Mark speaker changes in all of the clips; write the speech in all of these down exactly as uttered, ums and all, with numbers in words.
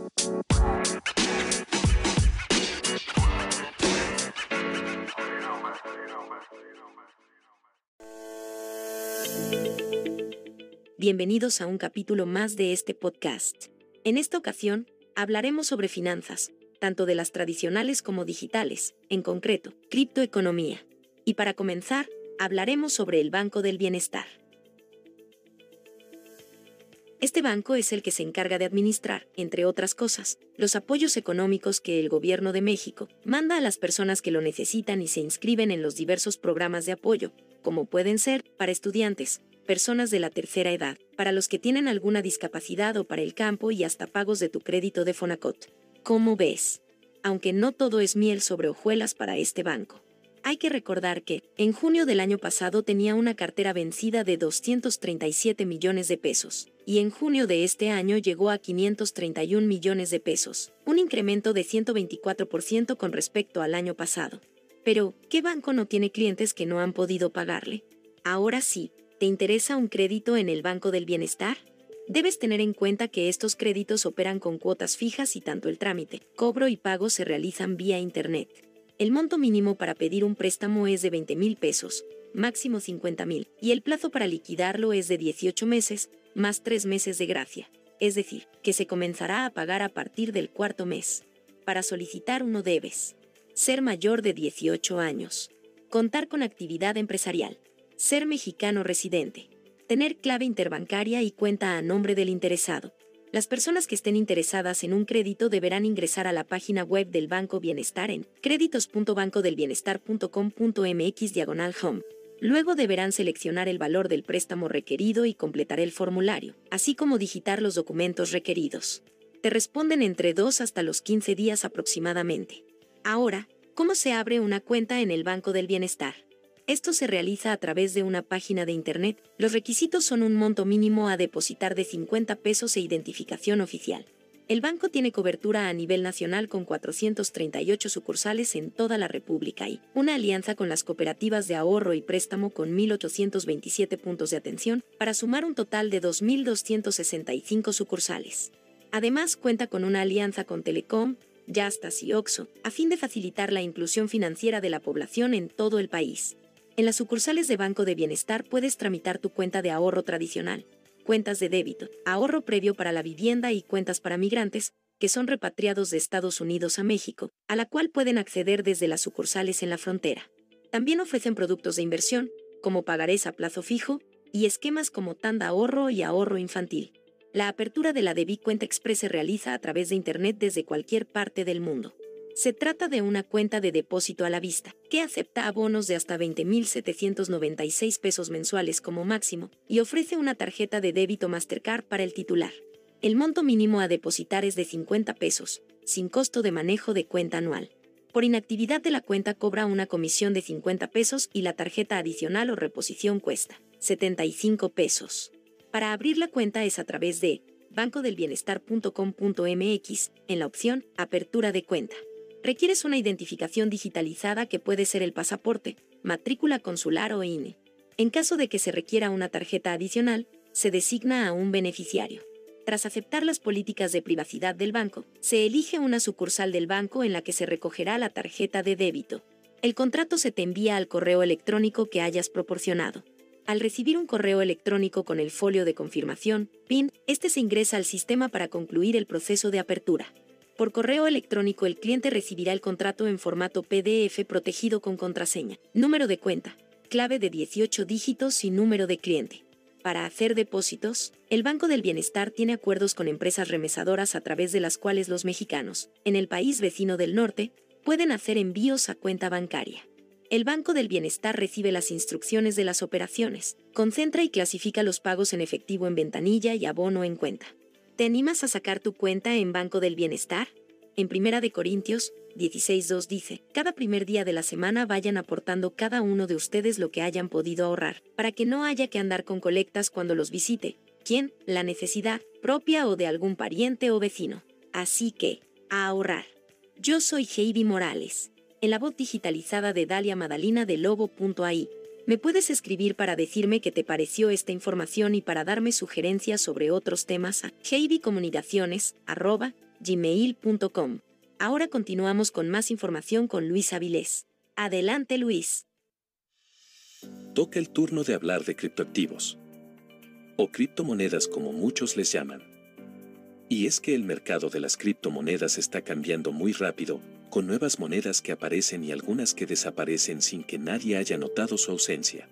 Speaker 1: Bienvenidos a un capítulo más de este podcast. En esta ocasión, hablaremos sobre finanzas, tanto de las tradicionales como digitales, en concreto, criptoeconomía. Y para comenzar, hablaremos sobre el Banco del Bienestar. Este banco es el que se encarga de administrar, entre otras cosas, los apoyos económicos que el Gobierno de México manda a las personas que lo necesitan y se inscriben en los diversos programas de apoyo, como pueden ser para estudiantes, personas de la tercera edad, para los que tienen alguna discapacidad o para el campo y hasta pagos de tu crédito de Fonacot. ¿Cómo ves? Aunque no todo es miel sobre hojuelas para este banco. Hay que recordar que, en junio del año pasado tenía una cartera vencida de doscientos treinta y siete millones de pesos, y en junio de este año llegó a quinientos treinta y un millones de pesos, un incremento de ciento veinticuatro por ciento con respecto al año pasado. Pero, ¿qué banco no tiene clientes que no han podido pagarle? Ahora sí, ¿te interesa un crédito en el Banco del Bienestar? Debes tener en cuenta que estos créditos operan con cuotas fijas y tanto el trámite, cobro y pago se realizan vía Internet. El monto mínimo para pedir un préstamo es de veinte mil pesos, máximo cincuenta mil, y el plazo para liquidarlo es de dieciocho meses, más tres meses de gracia, es decir, que se comenzará a pagar a partir del cuarto mes. Para solicitar uno debes ser mayor de dieciocho años, contar con actividad empresarial, ser mexicano residente, tener clave interbancaria y cuenta a nombre del interesado. Las personas que estén interesadas en un crédito deberán ingresar a la página web del Banco Bienestar en créditos punto banco del bienestar punto com punto m x diagonal home. Luego deberán seleccionar el valor del préstamo requerido y completar el formulario, así como digitar los documentos requeridos. Te responden entre dos hasta los quince días aproximadamente. Ahora, ¿cómo se abre una cuenta en el Banco del Bienestar? Esto se realiza a través de una página de Internet. Los requisitos son un monto mínimo a depositar de cincuenta pesos e identificación oficial. El banco tiene cobertura a nivel nacional con cuatrocientas treinta y ocho sucursales en toda la República y una alianza con las cooperativas de ahorro y préstamo con mil ochocientos veintisiete puntos de atención para sumar un total de dos mil doscientas sesenta y cinco sucursales. Además, cuenta con una alianza con Telecom, Yastas y Oxxo, a fin de facilitar la inclusión financiera de la población en todo el país. En las sucursales de Banco de Bienestar puedes tramitar tu cuenta de ahorro tradicional, cuentas de débito, ahorro previo para la vivienda y cuentas para migrantes, que son repatriados de Estados Unidos a México, a la cual pueden acceder desde las sucursales en la frontera. También ofrecen productos de inversión, como pagarés a plazo fijo, y esquemas como Tanda Ahorro y Ahorro Infantil. La apertura de la Debit Cuenta Express se realiza a través de Internet desde cualquier parte del mundo. Se trata de una cuenta de depósito a la vista, que acepta abonos de hasta veinte mil setecientos noventa y seis pesos mensuales como máximo, y ofrece una tarjeta de débito Mastercard para el titular. El monto mínimo a depositar es de cincuenta pesos, sin costo de manejo de cuenta anual. Por inactividad de la cuenta cobra una comisión de cincuenta pesos y la tarjeta adicional o reposición cuesta setenta y cinco pesos. Para abrir la cuenta es a través de banco del bienestar punto com punto m x, en la opción Apertura de cuenta. Requieres una identificación digitalizada que puede ser el pasaporte, matrícula consular o I N E. En caso de que se requiera una tarjeta adicional, se designa a un beneficiario. Tras aceptar las políticas de privacidad del banco, se elige una sucursal del banco en la que se recogerá la tarjeta de débito. El contrato se te envía al correo electrónico que hayas proporcionado. Al recibir un correo electrónico con el folio de confirmación, P I N, este se ingresa al sistema para concluir el proceso de apertura. Por correo electrónico el cliente recibirá el contrato en formato P D F protegido con contraseña, número de cuenta, clave de dieciocho dígitos y número de cliente. Para hacer depósitos, el Banco del Bienestar tiene acuerdos con empresas remesadoras a través de las cuales los mexicanos, en el país vecino del norte, pueden hacer envíos a cuenta bancaria. El Banco del Bienestar recibe las instrucciones de las operaciones, concentra y clasifica los pagos en efectivo en ventanilla y abono en cuenta. ¿Te animas a sacar tu cuenta en Banco del Bienestar? En Primera de Corintios dieciséis dos dice, cada primer día de la semana vayan aportando cada uno de ustedes lo que hayan podido ahorrar, para que no haya que andar con colectas cuando los visite. ¿Quién? La necesidad, propia o de algún pariente o vecino. Así que, a ahorrar. Yo soy Heidi Morales, en la voz digitalizada de Dalia Madalina de Lobo punto a i. Me puedes escribir para decirme qué te pareció esta información y para darme sugerencias sobre otros temas a heidicomunicaciones arroba gmail punto com. Ahora continuamos con más información con Luis Avilés. Adelante, Luis.
Speaker 2: Toca el turno de hablar de criptoactivos, o criptomonedas como muchos les llaman. Y es que el mercado de las criptomonedas está cambiando muy rápido, con nuevas monedas que aparecen y algunas que desaparecen sin que nadie haya notado su ausencia.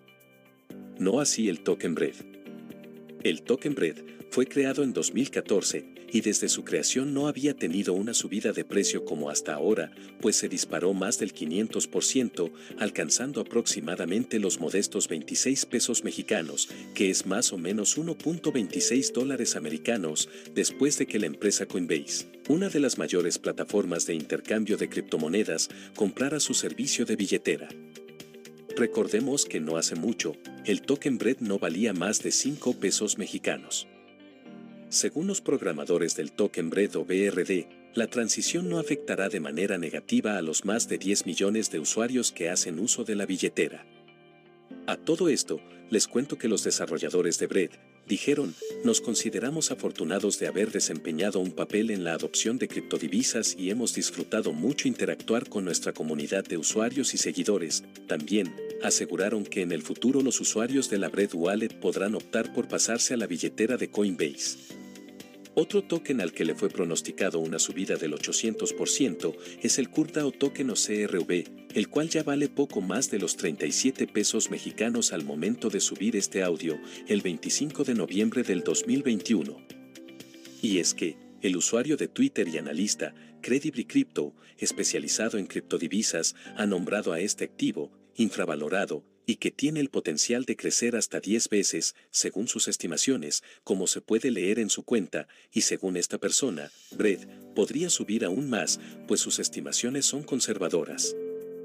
Speaker 2: No así el token B R E D. El token B R E D fue creado en dos mil catorce y desde su creación no había tenido una subida de precio como hasta ahora, pues se disparó más del quinientos por ciento, alcanzando aproximadamente los modestos veintiséis pesos mexicanos, que es más o menos uno punto veintiséis dólares americanos, después de que la empresa Coinbase, una de las mayores plataformas de intercambio de criptomonedas, comprara su servicio de billetera. Recordemos que no hace mucho, el token B R E D no valía más de cinco pesos mexicanos. Según los programadores del token B R E D o B R D, la transición no afectará de manera negativa a los más de diez millones de usuarios que hacen uso de la billetera. A todo esto, les cuento que los desarrolladores de B R E D dijeron: nos consideramos afortunados de haber desempeñado un papel en la adopción de criptodivisas y hemos disfrutado mucho interactuar con nuestra comunidad de usuarios y seguidores. También aseguraron que en el futuro los usuarios de la B R E D Wallet podrán optar por pasarse a la billetera de Coinbase. Otro token al que le fue pronosticado una subida del ochocientos por ciento es el CURDAO token o C R V, el cual ya vale poco más de los treinta y siete pesos mexicanos al momento de subir este audio, el veinticinco de noviembre del dos mil veintiuno. Y es que, el usuario de Twitter y analista, Credibly Crypto, especializado en criptodivisas, ha nombrado a este activo infravalorado y que tiene el potencial de crecer hasta diez veces, según sus estimaciones, como se puede leer en su cuenta, y según esta persona, B R E D podría subir aún más, pues sus estimaciones son conservadoras.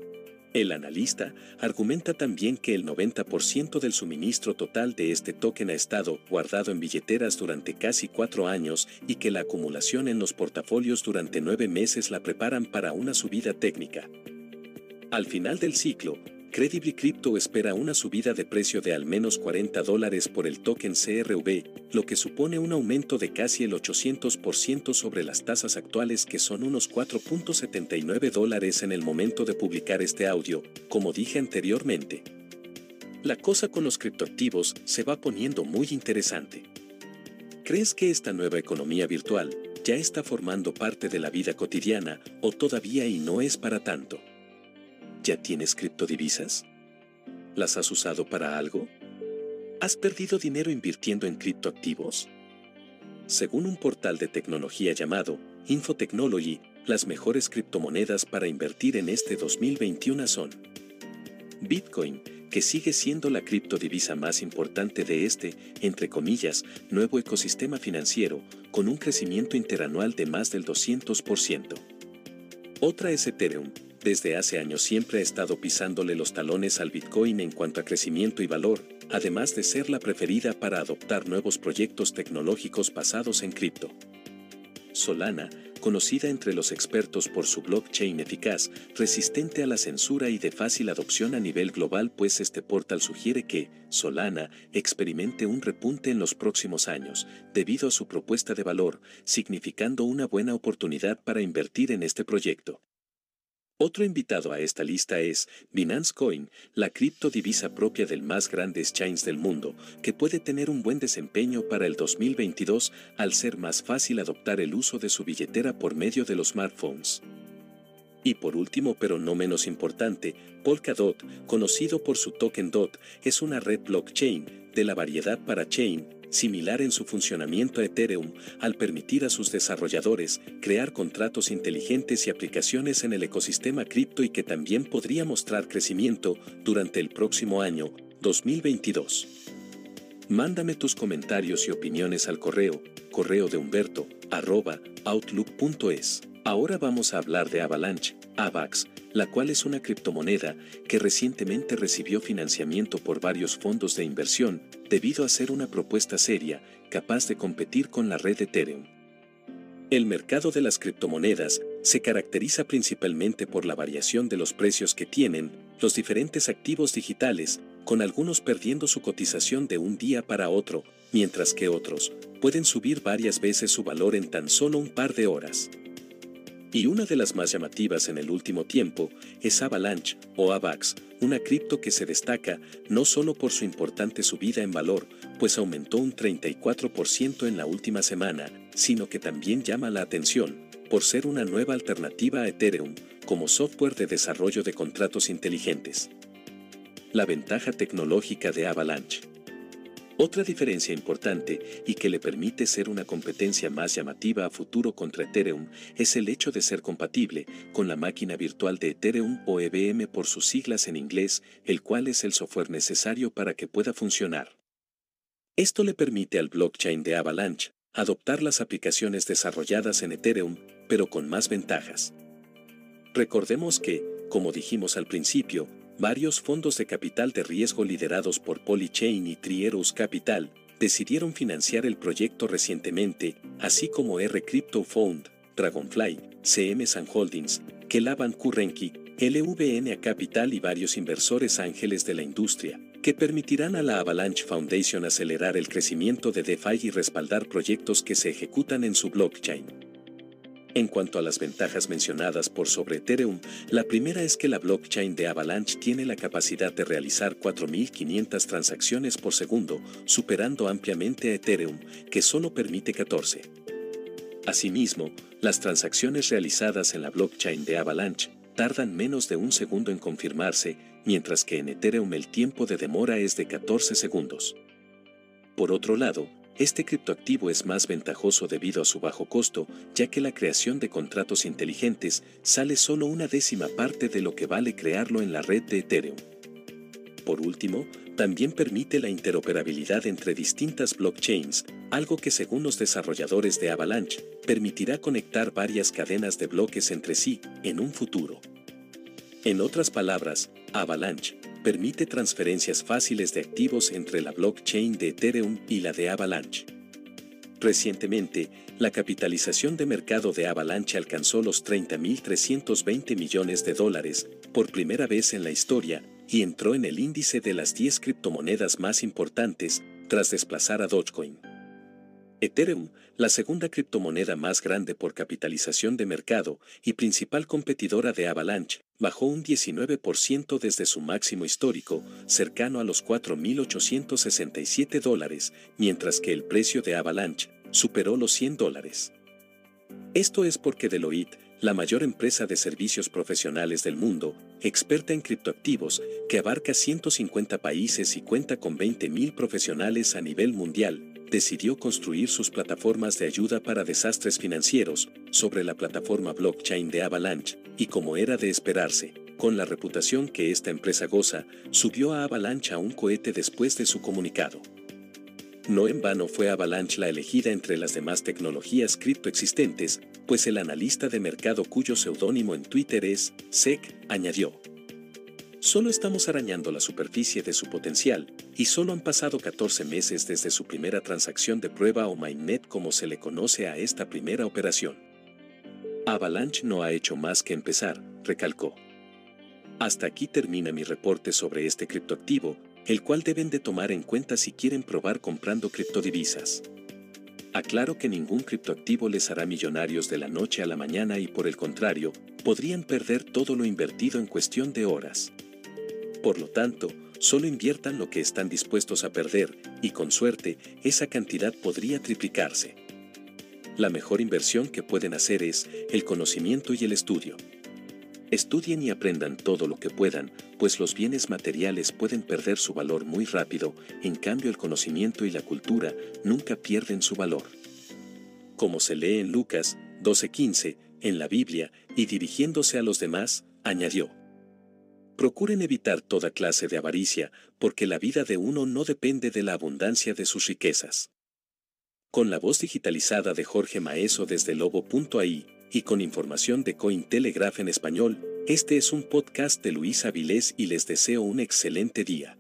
Speaker 2: El analista argumenta también que el noventa por ciento del suministro total de este token ha estado guardado en billeteras durante casi cuatro años y que la acumulación en los portafolios durante nueve meses la preparan para una subida técnica. Al final del ciclo, Credibly Crypto espera una subida de precio de al menos cuarenta dólares por el token C R V, lo que supone un aumento de casi el ochocientos por ciento sobre las tasas actuales, que son unos cuatro punto setenta y nueve dólares en el momento de publicar este audio, como dije anteriormente. La cosa con los criptoactivos se va poniendo muy interesante. ¿Crees que esta nueva economía virtual ya está formando parte de la vida cotidiana o todavía y no es para tanto? ¿Ya tienes criptodivisas? ¿Las has usado para algo? ¿Has perdido dinero invirtiendo en criptoactivos? Según un portal de tecnología llamado Infotechnology, las mejores criptomonedas para invertir en este dos mil veintiuno son Bitcoin, que sigue siendo la criptodivisa más importante de este, entre comillas, nuevo ecosistema financiero, con un crecimiento interanual de más del doscientos por ciento. Otra es Ethereum. Desde hace años siempre ha estado pisándole los talones al Bitcoin en cuanto a crecimiento y valor, además de ser la preferida para adoptar nuevos proyectos tecnológicos basados en cripto. Solana, conocida entre los expertos por su blockchain eficaz, resistente a la censura y de fácil adopción a nivel global, pues este portal sugiere que Solana experimente un repunte en los próximos años, debido a su propuesta de valor, significando una buena oportunidad para invertir en este proyecto. Otro invitado a esta lista es Binance Coin, la criptodivisa propia del más grande exchange del mundo, que puede tener un buen desempeño para el dos mil veintidós al ser más fácil adoptar el uso de su billetera por medio de los smartphones. Y por último, pero no menos importante, Polkadot, conocido por su token D O T, es una red blockchain de la variedad parachain, similar en su funcionamiento a Ethereum, al permitir a sus desarrolladores crear contratos inteligentes y aplicaciones en el ecosistema cripto, y que también podría mostrar crecimiento durante el próximo año, dos mil veintidós. Mándame tus comentarios y opiniones al correo, correo de Humberto, arroba, outlook punto es. Ahora vamos a hablar de Avalanche, AVAX, la cual es una criptomoneda que recientemente recibió financiamiento por varios fondos de inversión, debido a ser una propuesta seria, capaz de competir con la red Ethereum. El mercado de las criptomonedas se caracteriza principalmente por la variación de los precios que tienen los diferentes activos digitales, con algunos perdiendo su cotización de un día para otro, mientras que otros pueden subir varias veces su valor en tan solo un par de horas. Y una de las más llamativas en el último tiempo es Avalanche, o AVAX, una cripto que se destaca no solo por su importante subida en valor, pues aumentó un treinta y cuatro por ciento en la última semana, sino que también llama la atención por ser una nueva alternativa a Ethereum como software de desarrollo de contratos inteligentes. La ventaja tecnológica de Avalanche. Otra diferencia importante y que le permite ser una competencia más llamativa a futuro contra Ethereum es el hecho de ser compatible con la máquina virtual de Ethereum o E V M por sus siglas en inglés, el cual es el software necesario para que pueda funcionar. Esto le permite al blockchain de Avalanche adoptar las aplicaciones desarrolladas en Ethereum, pero con más ventajas. Recordemos que, como dijimos al principio, varios fondos de capital de riesgo liderados por Polychain y Three Arrows Capital decidieron financiar el proyecto recientemente, así como R Crypto Fund, Dragonfly, C M Sun Holdings, Kelaban Currency, L V N A Capital y varios inversores ángeles de la industria, que permitirán a la Avalanche Foundation acelerar el crecimiento de DeFi y respaldar proyectos que se ejecutan en su blockchain. En cuanto a las ventajas mencionadas por sobre Ethereum, la primera es que la blockchain de Avalanche tiene la capacidad de realizar cuatro mil quinientas transacciones por segundo, superando ampliamente a Ethereum, que solo permite catorce. Asimismo, las transacciones realizadas en la blockchain de Avalanche tardan menos de un segundo en confirmarse, mientras que en Ethereum el tiempo de demora es de catorce segundos. Por otro lado, este criptoactivo es más ventajoso debido a su bajo costo, ya que la creación de contratos inteligentes sale solo una décima parte de lo que vale crearlo en la red de Ethereum. Por último, también permite la interoperabilidad entre distintas blockchains, algo que según los desarrolladores de Avalanche, permitirá conectar varias cadenas de bloques entre sí en un futuro. En otras palabras, Avalanche permite transferencias fáciles de activos entre la blockchain de Ethereum y la de Avalanche. Recientemente, la capitalización de mercado de Avalanche alcanzó los treinta mil trescientos veinte millones de dólares por primera vez en la historia y entró en el índice de las diez criptomonedas más importantes tras desplazar a Dogecoin. Ethereum, la segunda criptomoneda más grande por capitalización de mercado y principal competidora de Avalanche, bajó un diecinueve por ciento desde su máximo histórico, cercano a los cuatro mil ochocientos sesenta y siete dólares, mientras que el precio de Avalanche superó los cien dólares. Esto es porque Deloitte, la mayor empresa de servicios profesionales del mundo, experta en criptoactivos, que abarca ciento cincuenta países y cuenta con veinte mil profesionales a nivel mundial, decidió construir sus plataformas de ayuda para desastres financieros sobre la plataforma blockchain de Avalanche, y como era de esperarse, con la reputación que esta empresa goza, subió a Avalanche a un cohete después de su comunicado. No en vano fue Avalanche la elegida entre las demás tecnologías cripto existentes, pues el analista de mercado cuyo seudónimo en Twitter es Sec, añadió: solo estamos arañando la superficie de su potencial, y solo han pasado catorce meses desde su primera transacción de prueba o mainnet como se le conoce a esta primera operación. Avalanche no ha hecho más que empezar, recalcó. Hasta aquí termina mi reporte sobre este criptoactivo, el cual deben de tomar en cuenta si quieren probar comprando criptodivisas. Aclaro que ningún criptoactivo les hará millonarios de la noche a la mañana y por el contrario, podrían perder todo lo invertido en cuestión de horas. Por lo tanto, solo inviertan lo que están dispuestos a perder, y con suerte, esa cantidad podría triplicarse. La mejor inversión que pueden hacer es el conocimiento y el estudio. Estudien y aprendan todo lo que puedan, pues los bienes materiales pueden perder su valor muy rápido, en cambio el conocimiento y la cultura nunca pierden su valor. Como se lee en Lucas doce quince, en la Biblia, y dirigiéndose a los demás, añadió: procuren evitar toda clase de avaricia, porque la vida de uno no depende de la abundancia de sus riquezas. Con la voz digitalizada de Jorge Maeso desde lobo punto a i, y con información de Cointelegraph en español, este es un podcast de Luis Avilés y les deseo un excelente día.